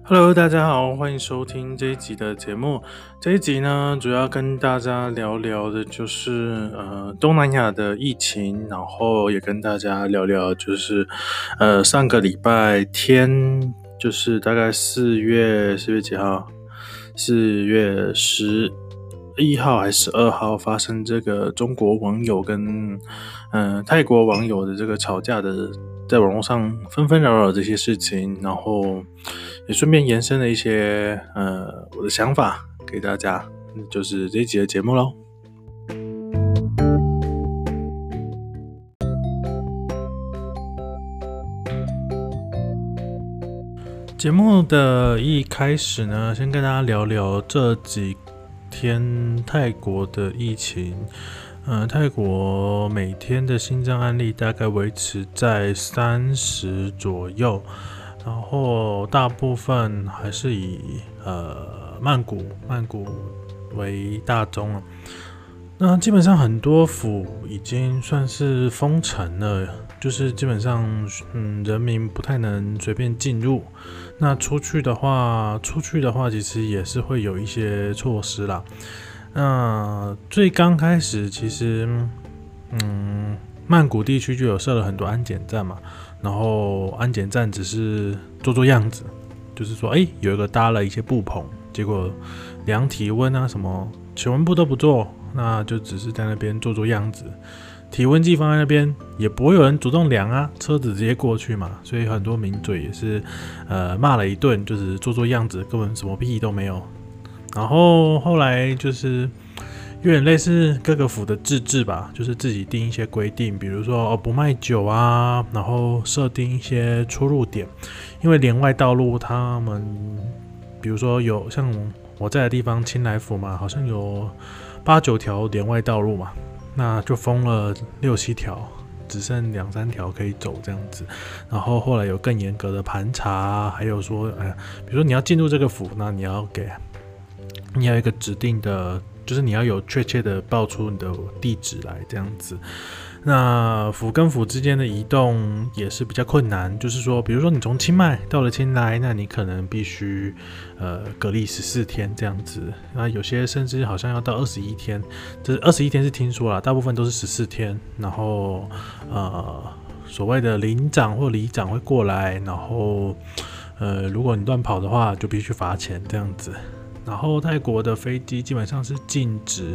Hello，大家好，欢迎收听这一集的节目。这一集呢，主要跟大家聊聊的就是东南亚的疫情，然后也跟大家聊聊就是上个礼拜天，就是大概4月几号？4月11号还是12号发生这个中国网友跟泰国网友的这个吵架的，在网络上纷纷扰扰这些事情，然后也顺便延伸了一些我的想法给大家，就是这一集的节目咯。节目的一开始呢，先跟大家聊聊这几天泰国的疫情。泰国每天的新增案例大概维持在30左右，然后大部分还是以曼谷为大宗了。那基本上很多府已经算是封城了，就是基本上人民不太能随便进入。那出去的话其实也是会有一些措施啦。那最刚开始其实曼谷地区就有设了很多安检站嘛，然后安检站只是做样子，就是说有一个搭了一些布棚，结果量体温啊什么体温布都不做，那就只是在那边做样子，体温计放在那边也不会有人主动量啊，车子直接过去嘛，所以很多名嘴也是骂了一顿，就是做样子，根本什么屁都没有。然后后来就是有点类似各个府的自治吧，就是自己定一些规定，比如说不卖酒啊，然后设定一些出入点，因为连外道路他们比如说有像我在的地方清莱府嘛，好像有8、9条连外道路嘛，那就封了6、7条，只剩2、3条可以走这样子。然后后来有更严格的盘查，还有说比如说你要进入这个府，那你要有一个指定的，就是你要有确切的报出你的地址来这样子。那府跟府之间的移动也是比较困难，就是说比如说你从清迈到了清莱，那你可能必须隔离14天这样子，那有些甚至好像要到21天，这21天是听说啦，大部分都是14天。然后所谓的领长或里长会过来，然后如果你乱跑的话就必须罚钱这样子。然后泰国的飞机基本上是禁止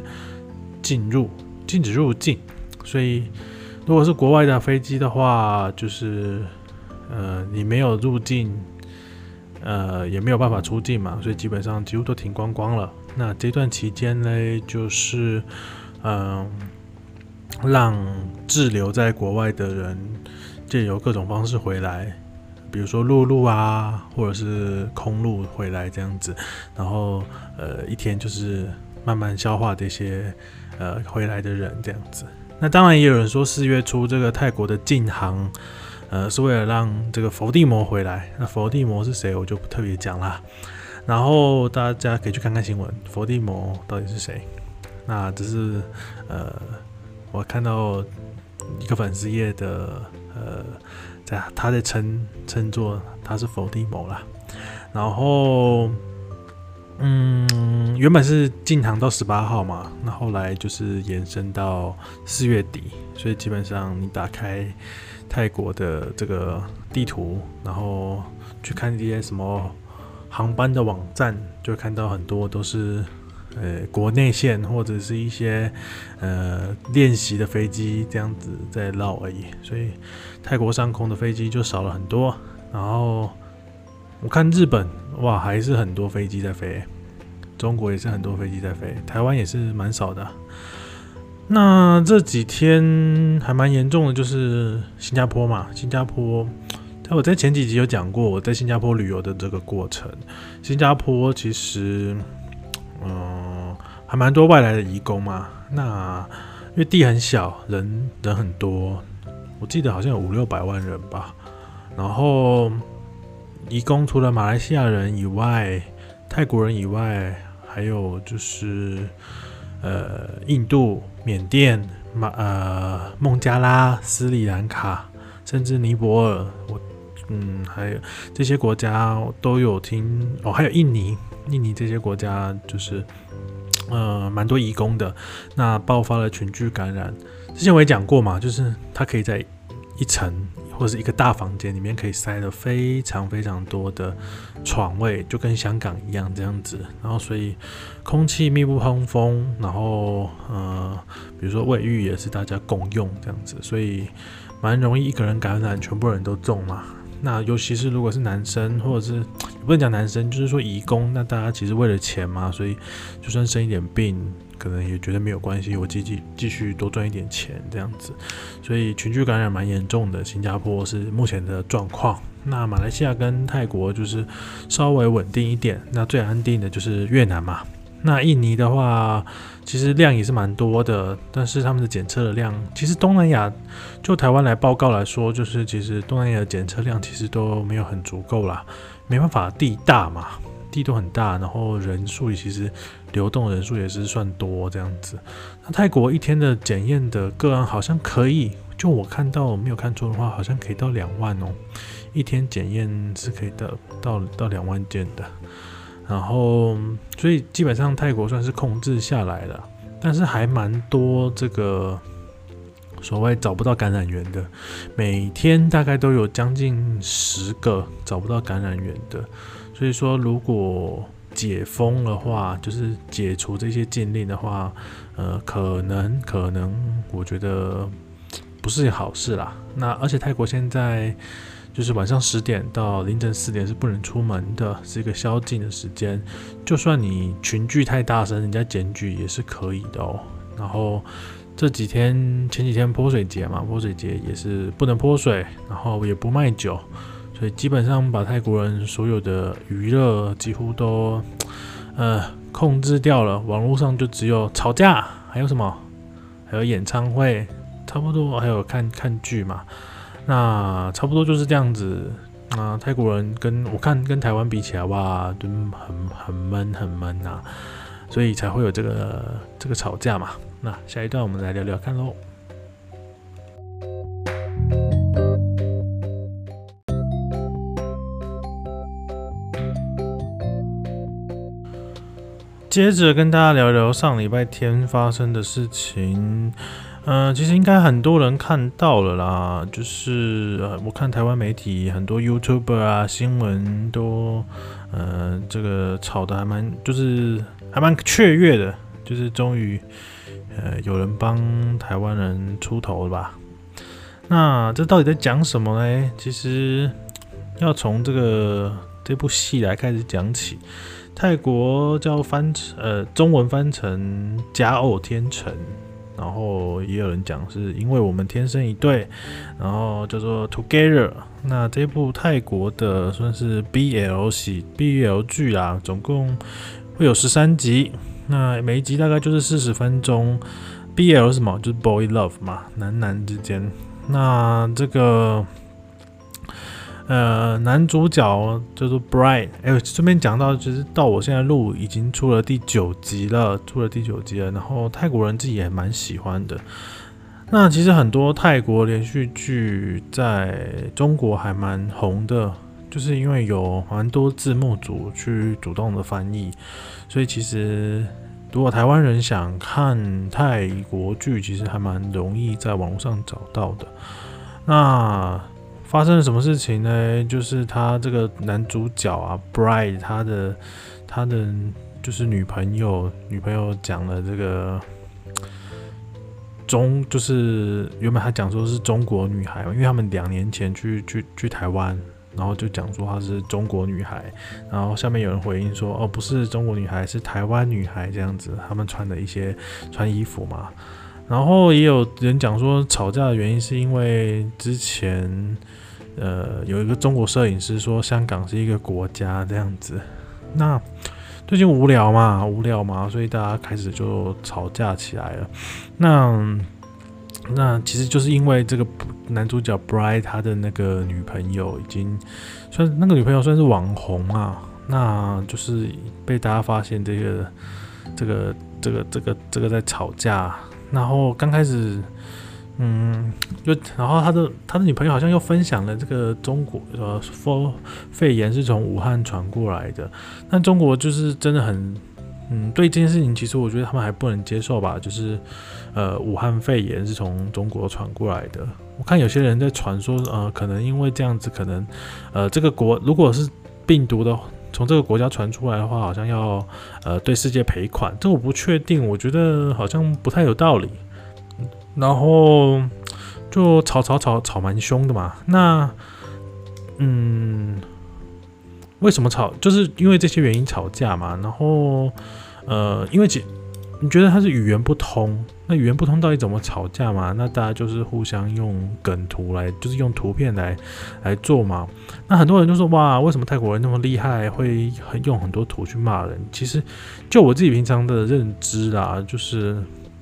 入境，所以如果是国外的飞机的话，就是你没有入境，也没有办法出境嘛，所以基本上几乎都停光了。那这段期间呢，就是让滞留在国外的人借由各种方式回来，比如说陆路啊，或者是空路回来这样子，然后一天就是慢慢消化这些回来的人这样子。那当然也有人说4月初这个泰国的禁航是为了让这个佛地魔回来。那佛地魔是谁我就不特别讲啦，然后大家可以去看看新闻，佛地魔到底是谁。那只是我看到一个粉丝页的他在称作他是佛地魔啦。然后原本是禁航到18号嘛，那后来就是延伸到4月底，所以基本上你打开泰国的这个地图，然后去看这些什么航班的网站，就会看到很多都是国内线或者是一些练习的飞机这样子在绕而已，所以泰国上空的飞机就少了很多。然后我看日本哇还是很多飞机在飞，中国也是很多飞机在飞，台湾也是蛮少的。那这几天还蛮严重的就是新加坡嘛，我在前几集有讲过我在新加坡旅游的这个过程。新加坡其实还蛮多外来的移工嘛，那因为地很小，人很多，我记得好像有500-600万人吧。然后移工除了马来西亚人以外，泰国人以外，还有就是印度、缅甸、孟加拉、斯里兰卡，甚至尼泊尔，我还有这些国家都有听哦，还有印尼这些国家就是蛮多移工的，那爆发了群聚感染。之前我也讲过嘛，就是它可以在一层或者是一个大房间里面可以塞了非常非常多的床位，就跟香港一样这样子。然后所以空气密不通风，然后比如说卫浴也是大家共用这样子，所以蛮容易一个人感染，全部人都中嘛。那尤其是如果是男生，或者是也不能讲男生，就是说移工，那大家其实为了钱嘛，所以就算生一点病，可能也觉得没有关系，我继续多赚一点钱这样子。所以群聚感染蛮严重的，新加坡是目前的状况。那马来西亚跟泰国就是稍微稳定一点，那最安定的就是越南嘛。那印尼的话，其实量也是蛮多的，但是他们的检测的量，其实东南亚就台湾来报告来说，就是其实东南亚的检测量其实都没有很足够啦，没办法，地大嘛，地都很大，然后人数其实流动人数也是算多这样子。那泰国一天的检验的个案好像可以，就我看到没有看错的话，好像可以到2万哦，一天检验是可以到2万件的。然后，所以基本上泰国算是控制下来了，但是还蛮多这个所谓找不到感染源的，每天大概都有将近10个找不到感染源的。所以说，如果解封的话，就是解除这些禁令的话，可能我觉得不是好事啦。那而且泰国现在就是晚上10点到凌晨4点是不能出门的，是一个宵禁的时间。就算你群聚太大声，人家检举也是可以的哦。然后前几天泼水节嘛，泼水节也是不能泼水，然后也不卖酒，所以基本上把泰国人所有的娱乐几乎都控制掉了。网络上就只有吵架，还有什么？还有演唱会，差不多还有看剧嘛。那差不多就是这样子。泰国人跟台湾比起来，哇，就很闷啊，所以才会有这个吵架嘛。那下一段我们来聊聊看喽。接着跟大家聊聊上礼拜天发生的事情。其实应该很多人看到了啦，就是我看台湾媒体很多 YouTuber 啊，新闻都这个吵得还蛮雀跃的，就是终于有人帮台湾人出头了吧？那这到底在讲什么呢？其实要从这部戏来开始讲起。泰国叫中文翻成假偶天成。然后也有人讲是因为我们天生一对，然后叫做 Together。那这部泰国的算是 BL 剧啦，总共会有13集，那每一集大概就是40分钟。BL 是什么？就是 Boy Love 嘛，男之间。那这个男主角叫做 Bright。顺便讲到，就是到我现在录已经出了第9集了，然后泰国人自己也蛮喜欢的。那其实很多泰国连续剧在中国还蛮红的，就是因为有蛮多字幕组去主动的翻译，所以其实如果台湾人想看泰国剧，其实还蛮容易在网络上找到的。那发生了什么事情呢？就是他这个男主角啊 ，Bright， 他的就是女朋友讲了这个就是原本他讲说是中国女孩，因为他们2年前去台湾，然后就讲说她是中国女孩，然后下面有人回应说哦，不是中国女孩，是台湾女孩这样子，他们穿衣服嘛。然后也有人讲说吵架的原因是因为之前有一个中国摄影师说香港是一个国家这样子。那最近无聊嘛，所以大家开始就吵架起来了。那其实就是因为这个男主角 Bright 他的那个女朋友已经那个女朋友算是网红啊，那就是被大家发现这个在吵架。然后刚开始然后他的女朋友好像又分享了这个中国肺炎是从武汉传过来的，但中国就是真的很对这件事情，其实我觉得他们还不能接受吧，就是武汉肺炎是从中国传过来的。我看有些人在传说可能因为这样子，可能这个如果是病毒的从这个国家传出来的话，好像要对世界赔款，这我不确定，我觉得好像不太有道理。然后就吵蛮凶的嘛。那为什么吵？就是因为这些原因吵架嘛。然后因为你觉得他是语言不通，那语言不通到底怎么吵架嘛？那大家就是互相用梗图来，就是用图片来做嘛。那很多人就说哇，为什么泰国人那么厉害，会用很多图去骂人？其实就我自己平常的认知啦，就是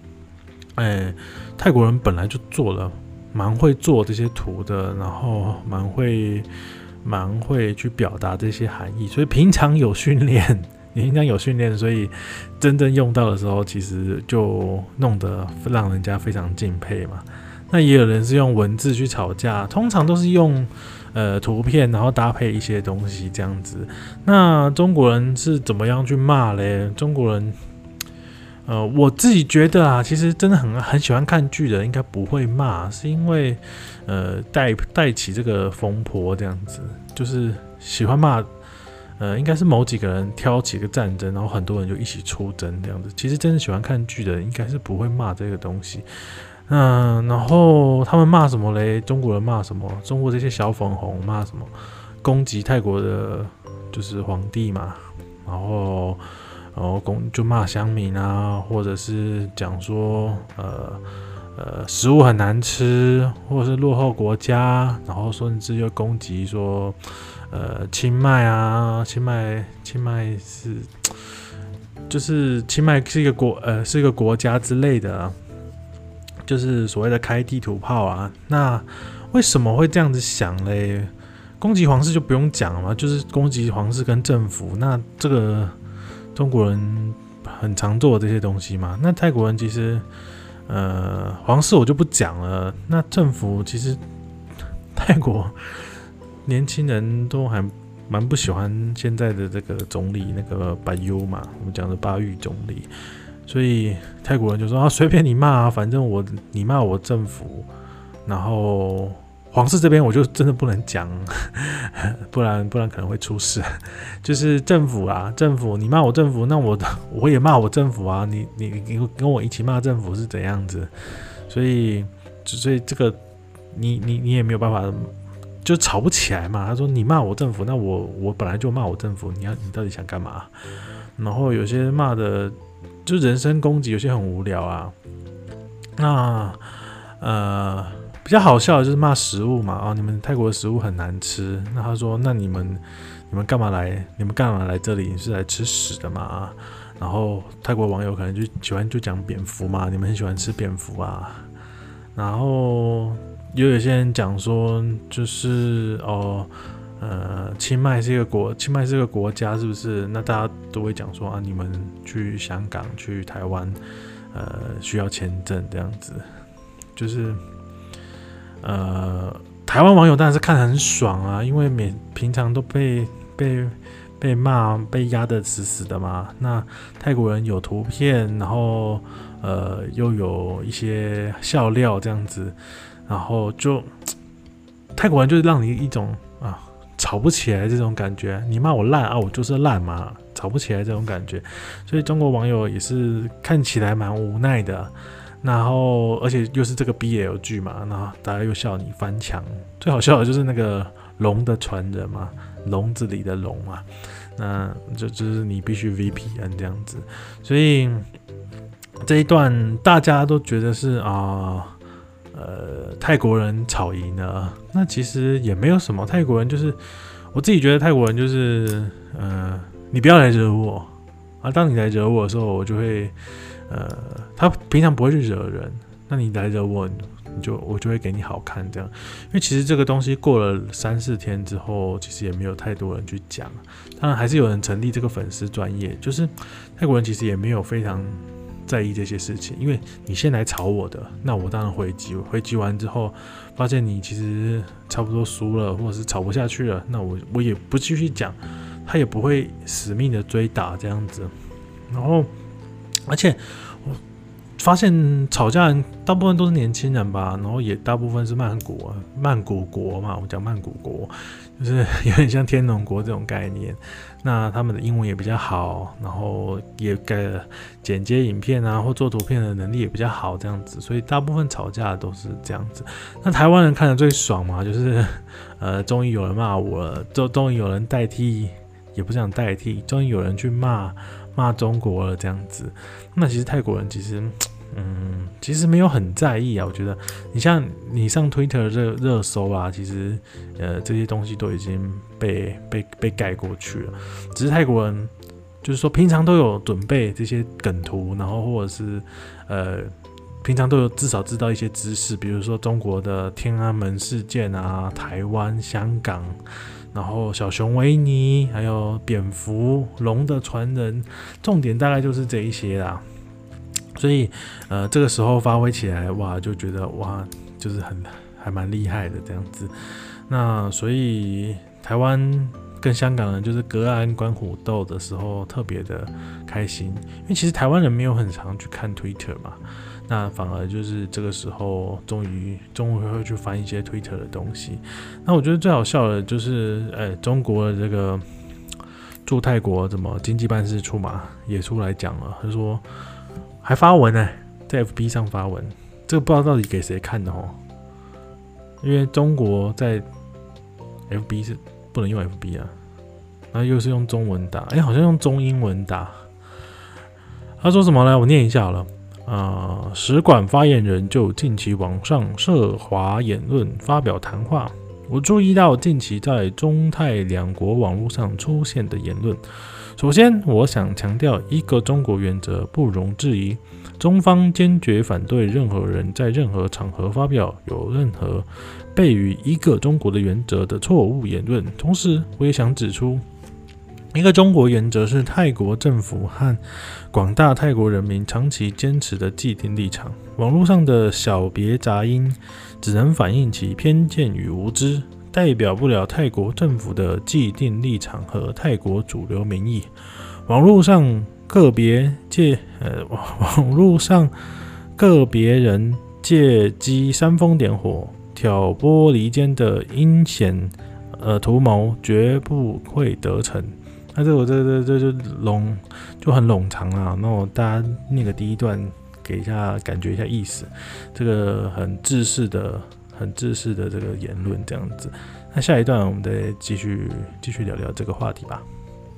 泰国人本来就蛮会做这些图的，然后蛮会去表达这些含义，所以平常有训练，所以真正用到的时候，其实就弄得让人家非常敬佩嘛。那也有人是用文字去吵架，通常都是用图片，然后搭配一些东西这样子。那中国人是怎么样去骂嘞？中国人我自己觉得啊，其实真的很喜欢看剧的人应该不会骂，是因为带起这个风波这样子，就是喜欢骂，应该是某几个人挑起一个战争，然后很多人就一起出征这样子。其实真的喜欢看剧的人应该是不会骂这个东西。然后他们骂什么嘞？中国人骂什么？中国这些小粉红骂什么？攻击泰国的就是皇帝嘛，然后就骂乡民啊，或者是讲说食物很难吃，或者是落后国家，然后甚至又攻击说清迈啊，清迈是就是清迈是一个国家之类的啊，就是所谓的开地图炮啊。那为什么会这样子想嘞？攻击皇室就不用讲了嘛，就是攻击皇室跟政府，那这个中国人很常做的这些东西嘛。那泰国人其实皇室我就不讲了，那政府其实泰国年轻人都还蛮不喜欢现在的这个总理那个巴育嘛，我们讲的巴育总理，所以泰国人就说啊，随便你骂啊，反正你骂我政府，然后皇室这边我就真的不能讲，不然可能会出事。就是政府啊，政府你骂我政府，那我也骂我政府啊，你跟我一起骂政府是怎样子？所以这个你也没有办法，就吵不起来嘛。他说你骂我政府，那我本来就骂我政府，你到底想干嘛？然后有些骂的就人身攻击，有些很无聊啊。那比较好笑的就是骂食物嘛，你们泰国的食物很难吃。那他说，那你们干嘛来？你们干嘛来这里？你是来吃屎的吗？然后泰国网友可能就喜欢就讲蝙蝠嘛，你们很喜欢吃蝙蝠啊。然后有些人讲说，就是清迈是一个国家，是不是？那大家都会讲说啊，你们去香港、去台湾，需要签证这样子，就是。台湾网友当然是看得很爽啊，因为平常都被骂、被压得死死的嘛。那泰国人有图片，然后又有一些笑料这样子，然后就泰国人就是让你一种吵不起来这种感觉。你骂我烂啊，我就是烂嘛，吵不起来这种感觉。所以中国网友也是看起来蛮无奈的。然后，而且又是这个 BL 剧嘛，然后大家又笑你翻墙。最好笑的就是那个龙的传人嘛，笼子里的龙嘛，那就是你必须 VPN 这样子。所以这一段大家都觉得是泰国人吵赢了。那其实也没有什么，泰国人就是我自己觉得泰国人就是你不要来惹我啊，当你来惹我的时候，我就会。他平常不会去惹人，那你来惹我，我就会给你好看这样。因为其实这个东西过了3-4天之后，其实也没有太多人去讲。当然还是有人成立这个粉丝专页，就是泰国人其实也没有非常在意这些事情，因为你先来吵我的，那我当然回击，回击完之后发现你其实差不多输了，或者是吵不下去了，那我也不继续讲，他也不会死命的追打这样子。然后而且我发现吵架人大部分都是年轻人吧，然后也大部分是曼谷国嘛，我讲曼谷国就是有点像天龙国这种概念。那他们的英文也比较好，然后也剪接影片啊或做图片的能力也比较好，这样子，所以大部分吵架都是这样子。那台湾人看得最爽嘛，就是终于有人骂我了，终于有人代替，也不是讲代替，终于有人去骂中国了这样子。那其实泰国人其实没有很在意啊，我觉得你像你上 Twitter 热搜啊，其实这些东西都已经被盖过去了。只是泰国人就是说平常都有准备这些梗图，然后或者是平常都有至少知道一些知识，比如说中国的天安门事件啊、台湾、香港，然后小熊维尼，还有蝙蝠、龙的传人，重点大概就是这一些啦。所以这个时候发挥起来，哇，就觉得哇，就是还蛮厉害的这样子。那所以台湾跟香港人就是隔岸观虎斗的时候特别的开心，因为其实台湾人没有很常去看 Twitter 嘛，那反而就是这个时候终于会去翻一些 Twitter 的东西。那我觉得最好笑的就是中国的这个驻泰国怎么经济办事处嘛也出来讲了，他说还发文在 FB 上发文，这个不知道到底给谁看的哦，因为中国在 FB 是不能用 FB 啊，然后又是用中文打，好像用中英文打。他说什么呢？我念一下好了。使馆发言人就近期网上涉华言论发表谈话。我注意到近期在中泰两国网络上出现的言论。首先，我想强调一个中国原则不容置疑，中方坚决反对任何人在任何场合发表有任何悖于一个中国的原则的错误言论。同时，我也想指出，一个中国原则是泰国政府和广大泰国人民长期坚持的既定立场。网络上的小别杂音只能反映其偏见与无知，代表不了泰国政府的既定立场和泰国主流民意。网络上个别人借机煽风点火、挑拨离间的阴险图谋，绝不会得逞。那这就很冗长啦。那我大家念个第一段，给一下感觉一下意思。这个很制式的这个言论这样子。那下一段我们再继续聊聊这个话题吧。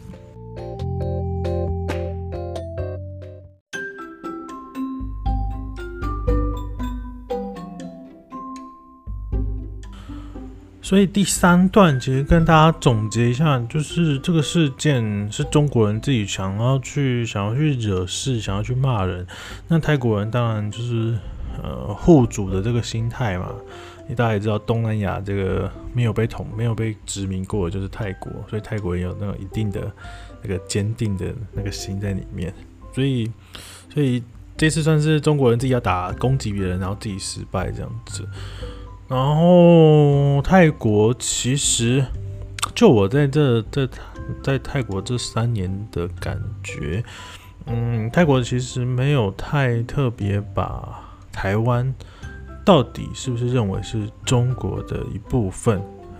所以第三段其实跟大家总结一下，就是这个事件是中国人自己想要去惹事，想要去骂人。那泰国人当然就是护主的这个心态嘛。大家也知道，东南亚这个没有被殖民过的就是泰国，所以泰国也有那种一定的那个坚定的那个心在里面。所以这次算是中国人自己要攻击别人，然后自己失败这样子。然后泰国其实就我在泰国这3年的感觉，泰国其实没有太特别把台湾到底是不是认为是中国的一部分，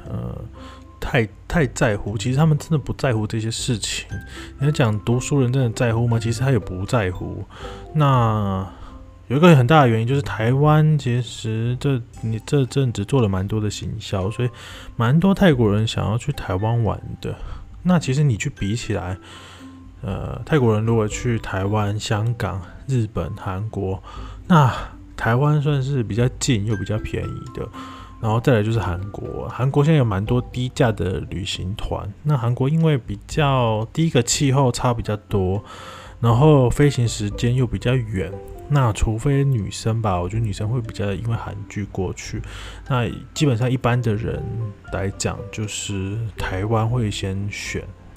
太在乎。其实他们真的不在乎这些事情。你要讲读书人真的在乎吗？其实他也不在乎。那有一个很大的原因就是台湾其实这阵子做了蛮多的行销，所以蛮多泰国人想要去台湾玩的。那其实你去比起来，泰国人如果去台湾、香港、日本、韩国，那台湾算是比较近又比较便宜的。然后再来就是韩国，韩国现在有蛮多低价的旅行团。那韩国因为第一个气候差比较多，然后飞行时间又比较远。那除非女生吧，我觉得女生会比较因为韩剧过去。那基本上一般的人来讲，就是台湾会先选。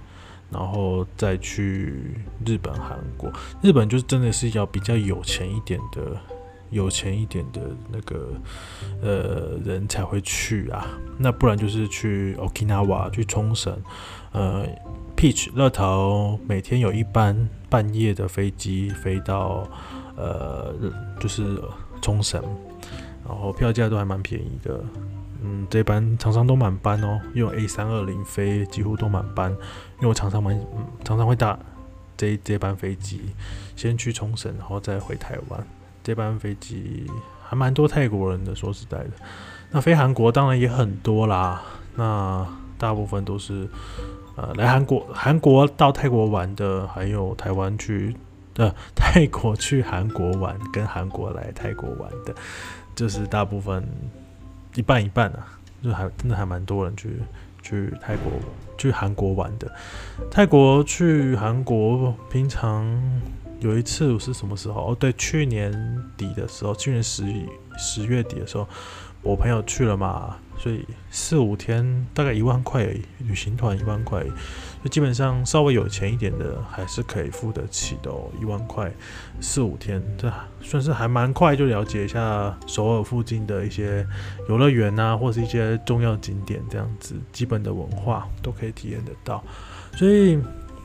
然后再去日本、韩国。日本就是真的是要比较有钱一点的那个人才会去啊，那不然就是去 Okinawa 去冲绳，Peach 乐桃每天有一班半夜的飞机飞到就是冲绳，然后票价都还蛮便宜的。这班常常都满班哦，用 A320 飞几乎都满班，因为我常常会搭这班飞机，先去冲绳，然后再回台湾。这班飞机还蛮多泰国人的，说实在的。那飞韩国当然也很多啦，那大部分都是来韩国到泰国玩的，还有台湾去泰国去韩国玩，跟韩国来泰国玩的，就是大部分一半一半啊，就真的还蛮多人去韩国玩的。泰国去韩国，平常有一次是什么时候？对，去年底的时候，去年10月底的时候，我朋友去了嘛，所以4-5天大概1万块而已，旅行团1万块而已，就基本上稍微有钱一点的还是可以付得起的哦，1万块4-5天，这算是还蛮快就了解一下首尔附近的一些游乐园啊，或是一些重要景点，这样子基本的文化都可以体验得到，所以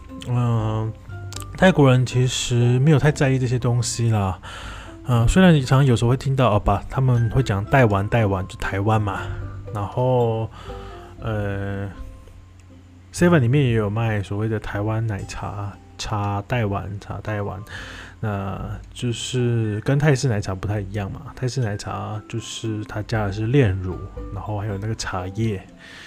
泰国人其实没有太在意这些东西啦。虽然你常常有时候会听到他们会讲带玩就台湾嘛，然后7 里面也有卖所谓的台湾奶茶带玩，那就是跟泰式奶茶不太一样嘛。泰式奶茶就是它加的是炼乳，然后还有那个茶叶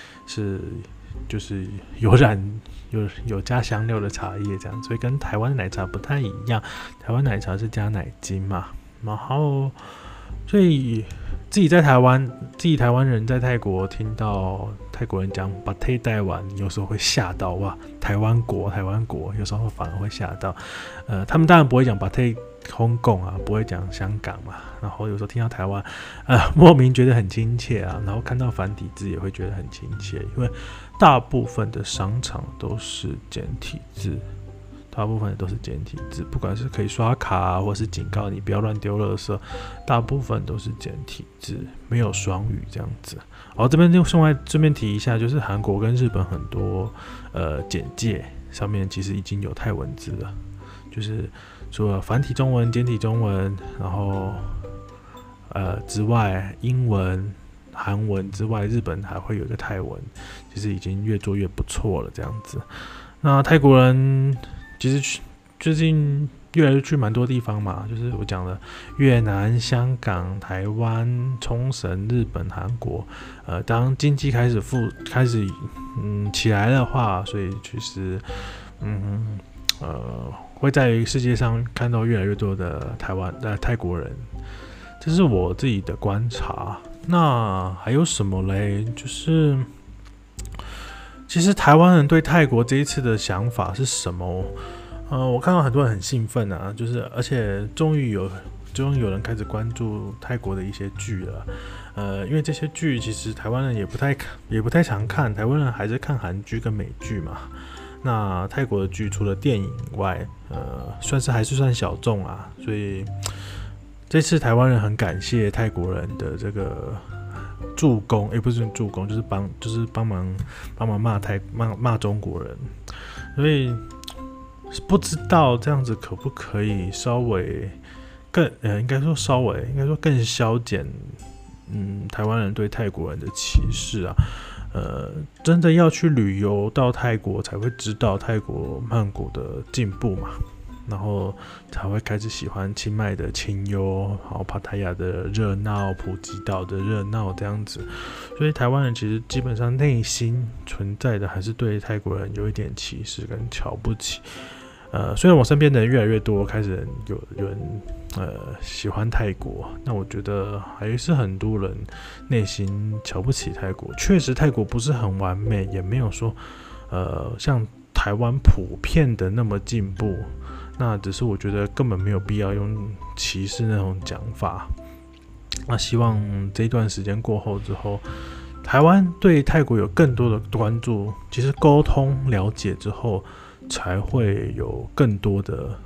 就是有加香料的茶叶这样，所以跟台湾的奶茶不太一样。台湾奶茶是加奶精嘛，然后所以自己台湾人在泰国听到泰国人讲把泰带完，有时候会吓到哇，台湾国，有时候反而会吓到。他们当然不会讲把泰香港啊，不会讲香港嘛，然后有时候听到台湾，莫名觉得很亲切啊，然后看到繁体字也会觉得很亲切，因为大部分的商场都是简体字。不管是可以刷卡啊，或是警告你不要乱丢垃圾，大部分都是简体字，没有双语这样子。这边顺便提一下，就是韩国跟日本很多简介上面其实已经有泰文字了，就是除了繁体中文、简体中文，然后之外，英文、韩文之外，日本还会有一个泰文，其实已经越做越不错了这样子。那泰国人其实最近越来越去蛮多地方嘛，就是我讲的越南、香港、台湾、冲绳、日本、韩国。当经济开始起来的话，所以其实会在世界上看到越来越多的泰国人，这是我自己的观察。那还有什么嘞？就是其实台湾人对泰国这一次的想法是什么？我看到很多人很兴奋啊，而且终于有人开始关注泰国的一些剧了。因为这些剧其实台湾人也不太常看，台湾人还是看韩剧跟美剧嘛。那泰国的剧除了电影以外，还是算小众啊。所以这次台湾人很感谢泰国人的这个助攻，不是助攻，就是帮忙骂中国人，所以不知道这样子可不可以稍微应该说更消减台湾人对泰国人的歧视啊。真的要去旅游到泰国才会知道泰国曼谷的进步嘛，然后才会开始喜欢清迈的清幽，然后帕塔亚的热闹，普吉岛的热闹这样子。所以台湾人其实基本上内心存在的还是对泰国人有一点歧视跟瞧不起。虽然我身边的人越来越多，开始有人喜欢泰国，那我觉得还是很多人内心瞧不起泰国。确实泰国不是很完美，也没有说像台湾普遍的那么进步，那只是我觉得根本没有必要用歧视那种讲法。那希望这一段时间过后之后，台湾对泰国有更多的关注，其实沟通了解之后， 才会有更多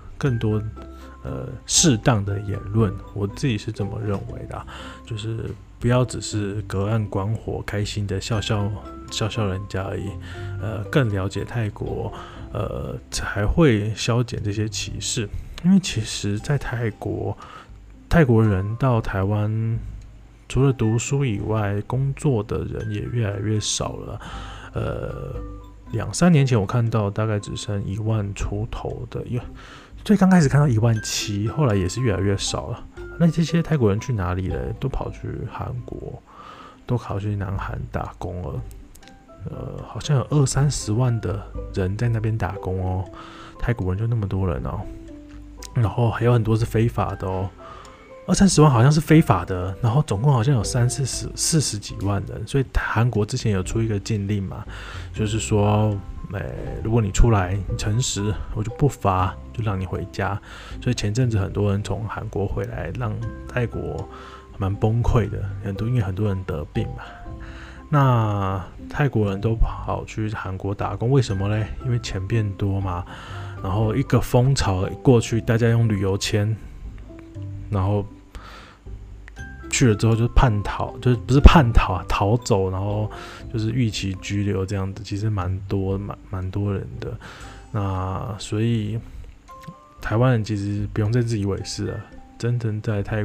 适当的言论。我自己是这么认为的，就是不要只是隔岸观火，开心的笑人家而已，更了解泰国，才会消减这些歧视。因为其实，在泰国人到台湾，除了读书以外，工作的人也越来越少了。2-3年前我看到大概只剩1万出头的，最刚开始看到17000，后来也是越来越少了。那这些泰国人去哪里了？都跑去韩国，都跑去南韩打工了。好像有20-30万的人在那边打工哦，泰国人就那么多人哦。然后还有很多是非法的哦，20-30万好像是非法的，然后总共好像有40几万人，所以韩国之前有出一个禁令嘛，就是说，如果你出来你诚实，我就不罚，就让你回家。所以前阵子很多人从韩国回来，让泰国蛮崩溃的，因为很多人得病嘛。那泰国人都跑去韩国打工，为什么嘞？因为钱变多嘛。然后一个风潮过去，大家用旅游签，然后去了之后就就是不是叛逃，逃走，然后就是预期拘留这样子，其实蛮多人的。那所以台湾人其实不用再自以为是了，真正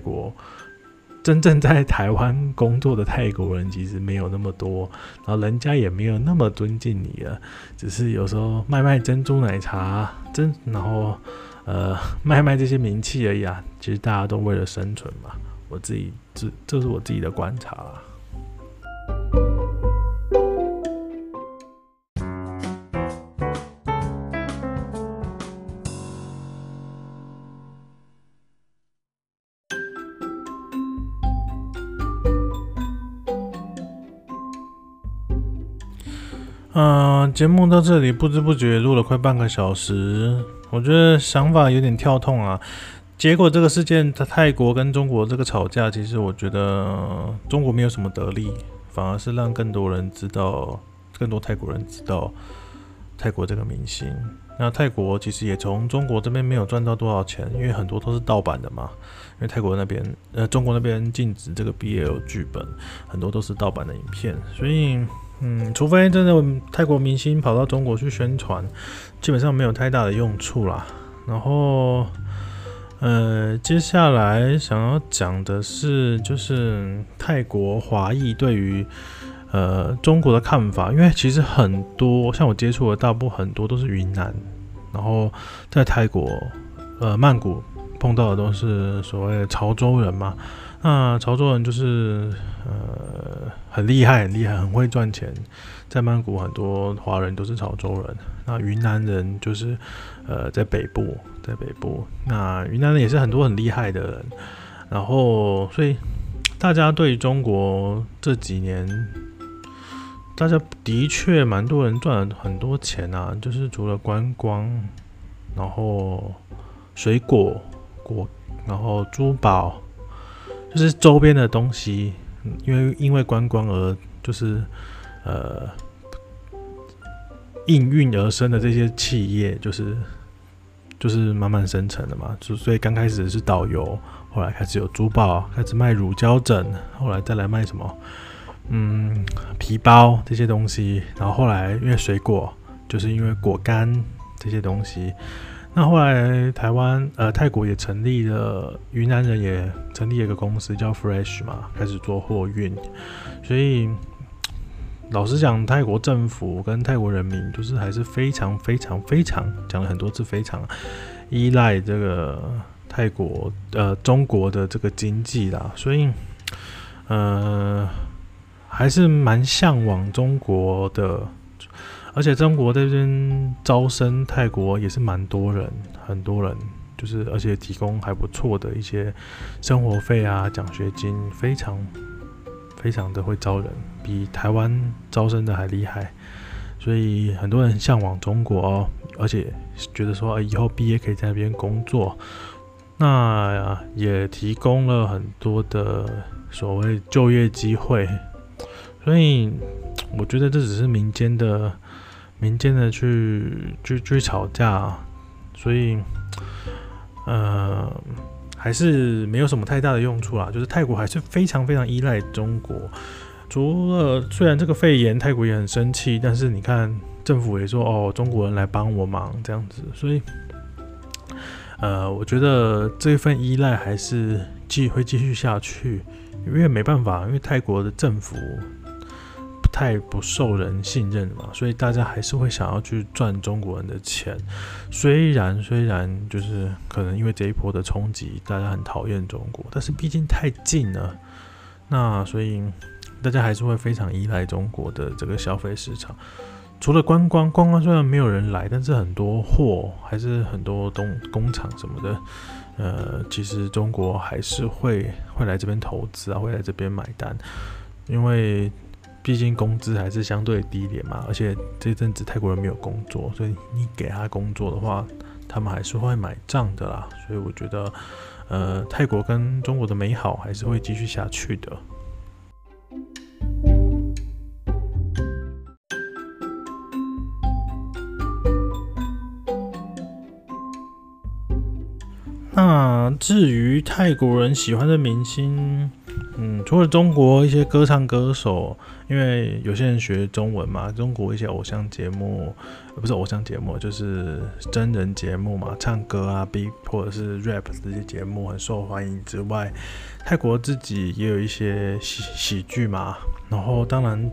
在台湾工作的泰国人其实没有那么多，然后人家也没有那么尊敬你了，只是有时候卖珍珠奶茶，然后卖这些名气而已啊。其实大家都为了生存嘛，这是我自己的观察啦。节目到这里不知不觉录了快半个小时，我觉得想法有点跳痛啊。结果这个事件，泰国跟中国这个吵架，其实我觉得中国没有什么得利，反而是让更多泰国人知道泰国这个明星。那泰国其实也从中国这边没有赚到多少钱，因为很多都是盗版的嘛。因为泰国那边，中国那边禁止这个 BL 剧本，很多都是盗版的影片，所以。除非真的泰国明星跑到中国去宣传，基本上没有太大的用处啦。然后，接下来想要讲的是，就是泰国华裔对于中国的看法，因为其实很多像我接触的大部分很多都是云南，然后在泰国曼谷碰到的都是所谓的潮州人嘛。那潮州人就是很厉害，很会赚钱。在曼谷很多华人都是潮州人。那云南人就是在北部。那云南人也是很多很厉害的人。然后所以大家对中国这几年，大家的确蛮多人赚了很多钱啊，就是除了观光，然后水果，然后珠宝。就是周边的东西，因为观光而就是应运而生的这些企业，就是慢慢生成的嘛。所以刚开始是导游，后来开始有珠宝，开始卖乳胶枕，后来再来卖什么皮包这些东西，然后后来因为水果，就是因为果干这些东西。那后来泰国也成立了，云南人也成立了一个公司叫 Fresh 嘛，开始做货运。所以老实讲，泰国政府跟泰国人民就是还是非常讲了很多次，非常依赖这个中国的这个经济啦。所以还是蛮向往中国的。而且中国这边招生泰国也是蛮多人，很多人就是而且提供还不错的一些生活费啊、奖学金，非常的会招人，比台湾招生的还厉害。所以很多人向往中国哦，而且觉得说以后毕业可以在那边工作。那也提供了很多的所谓就业机会。所以我觉得这只是民间民间的去吵架，所以还是没有什么太大的用处啦。就是泰国还是非常非常依赖中国，除了虽然这个肺炎泰国也很生气，但是你看政府也说中国人来帮我忙这样子，所以我觉得这份依赖还是会继续下去，因为没办法，因为泰国的政府不受人信任嘛，所以大家还是会想要去赚中国人的钱。虽然就是可能因为这一波的冲击，大家很讨厌中国，但是毕竟太近了，那所以大家还是会非常依赖中国的这个消费市场。除了观光虽然没有人来，但是很多货还是很多工厂什么的，其实中国还是会来这边投资啊，会来这边买单，因为毕竟工资还是相对低廉嘛，而且这阵子泰国人没有工作，所以你给他工作的话，他们还是会买账的啦。所以我觉得，泰国跟中国的美好还是会继续下去的。那至于泰国人喜欢的明星，除了中国一些歌唱歌手，因为有些人学中文嘛，中国一些偶像节目，不是偶像节目，就是真人节目嘛，唱歌啊、beat 或者是 rap 这些节目很受欢迎之外，泰国自己也有一些喜剧嘛，然后当然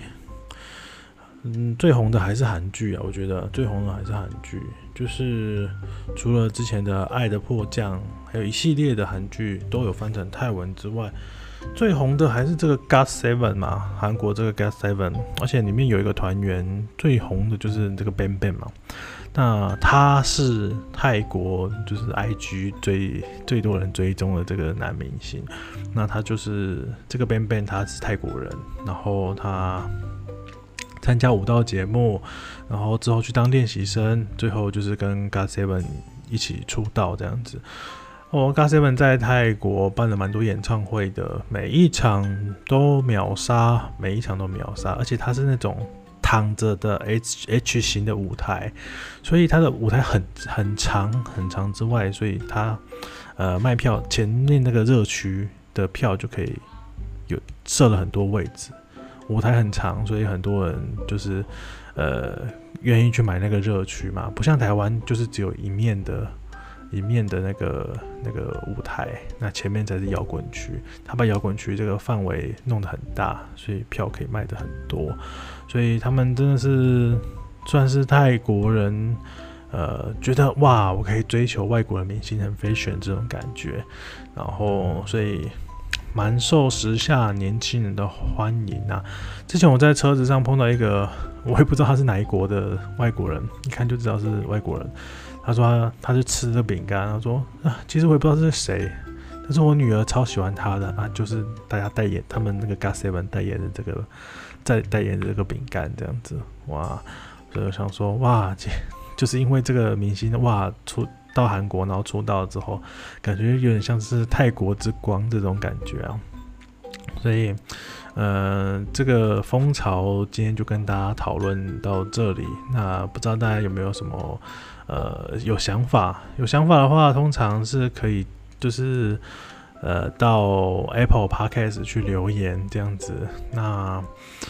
最红的还是韩剧啊，我觉得最红的还是韩剧，就是除了之前的《爱的迫降》，还有一系列的韩剧都有翻成泰文之外，最红的还是这个 GOT7 嘛，韩国这个 GOT7， 而且里面有一个团员最红的就是这个 BANG-BANG 嘛，那他是泰国就是 IG 最多人追踪的这个男明星，那他就是这个 BANG-BANG， 他是泰国人，然后他参加舞蹈节目，然后之后去当练習生，最后就是跟 GOT7 一起出道这样子。GOT7 在泰国办了蛮多演唱会的，每一场都秒杀，而且他是那种躺着的 H 型的舞台，所以他的舞台很长之外，所以他卖票前面那个热区的票就可以有设了很多位置。舞台很长，所以很多人就是愿意去买那个热区嘛，不像台湾就是只有一面的那个舞台，那前面才是摇滚区。他把摇滚区这个范围弄得很大，所以票可以卖得很多。所以他们真的是算是泰国人，觉得哇，我可以追求外国的明星很fashion这种感觉，然后所以蛮受时下年轻人的欢迎啊。之前我在车子上碰到一个，我也不知道他是哪一国的外国人，一看就知道是外国人。他说他是吃这个饼干，他说其实我也不知道这是谁，但是我女儿超喜欢他的啊，就是大家代言，他们那个 GOT7 代言的这个代言的这个饼干这样子，哇，所以我想说哇，就是因为这个明星哇出到韩国，然后出道之后，感觉有点像是泰国之光这种感觉啊。所以，这个风潮今天就跟大家討論到這裡。那不知道大家有沒有什麼有想法？有想法的話，通常是可以就是到 Apple Podcast 去留言這樣子。那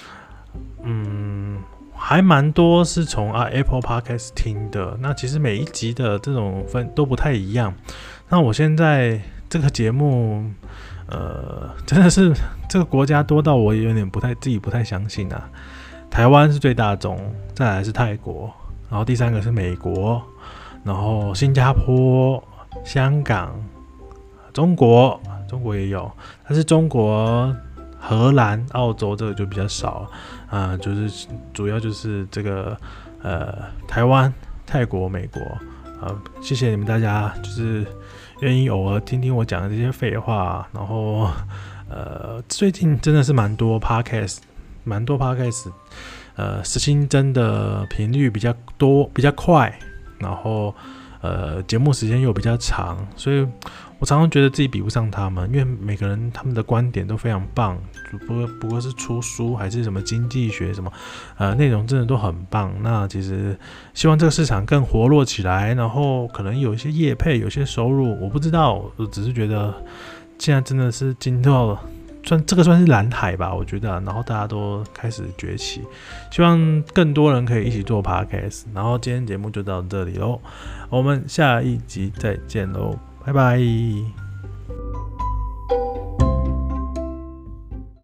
還蠻多是從Apple Podcast 聽的。那其實每一集的這種分都不太一樣。那我現在這個節目。真的是这个国家多到我有点自己不太相信啊。台湾是最大宗，再来是泰国，然后第三个是美国，然后新加坡、香港、中国也有，但是中国、荷兰、澳洲这个就比较少就是主要就是这个台湾、泰国、美国谢谢你们大家，就是愿意偶尔听听我讲的这些废话，然后最近真的是蛮多 podcast 新增的频率比较多，比较快，然后节目时间又比较长，所以我常常觉得自己比不上他们，因为每个人他们的观点都非常棒，不过是出书还是什么经济学什么，内容真的都很棒。那其实希望这个市场更活络起来，然后可能有一些业配，有些收入，我不知道，我只是觉得现在真的是进到了。这个算是蓝海吧，我觉得，然后大家都开始崛起，希望更多人可以一起做 podcast。然后今天节目就到这里喽，我们下一集再见喽，拜拜。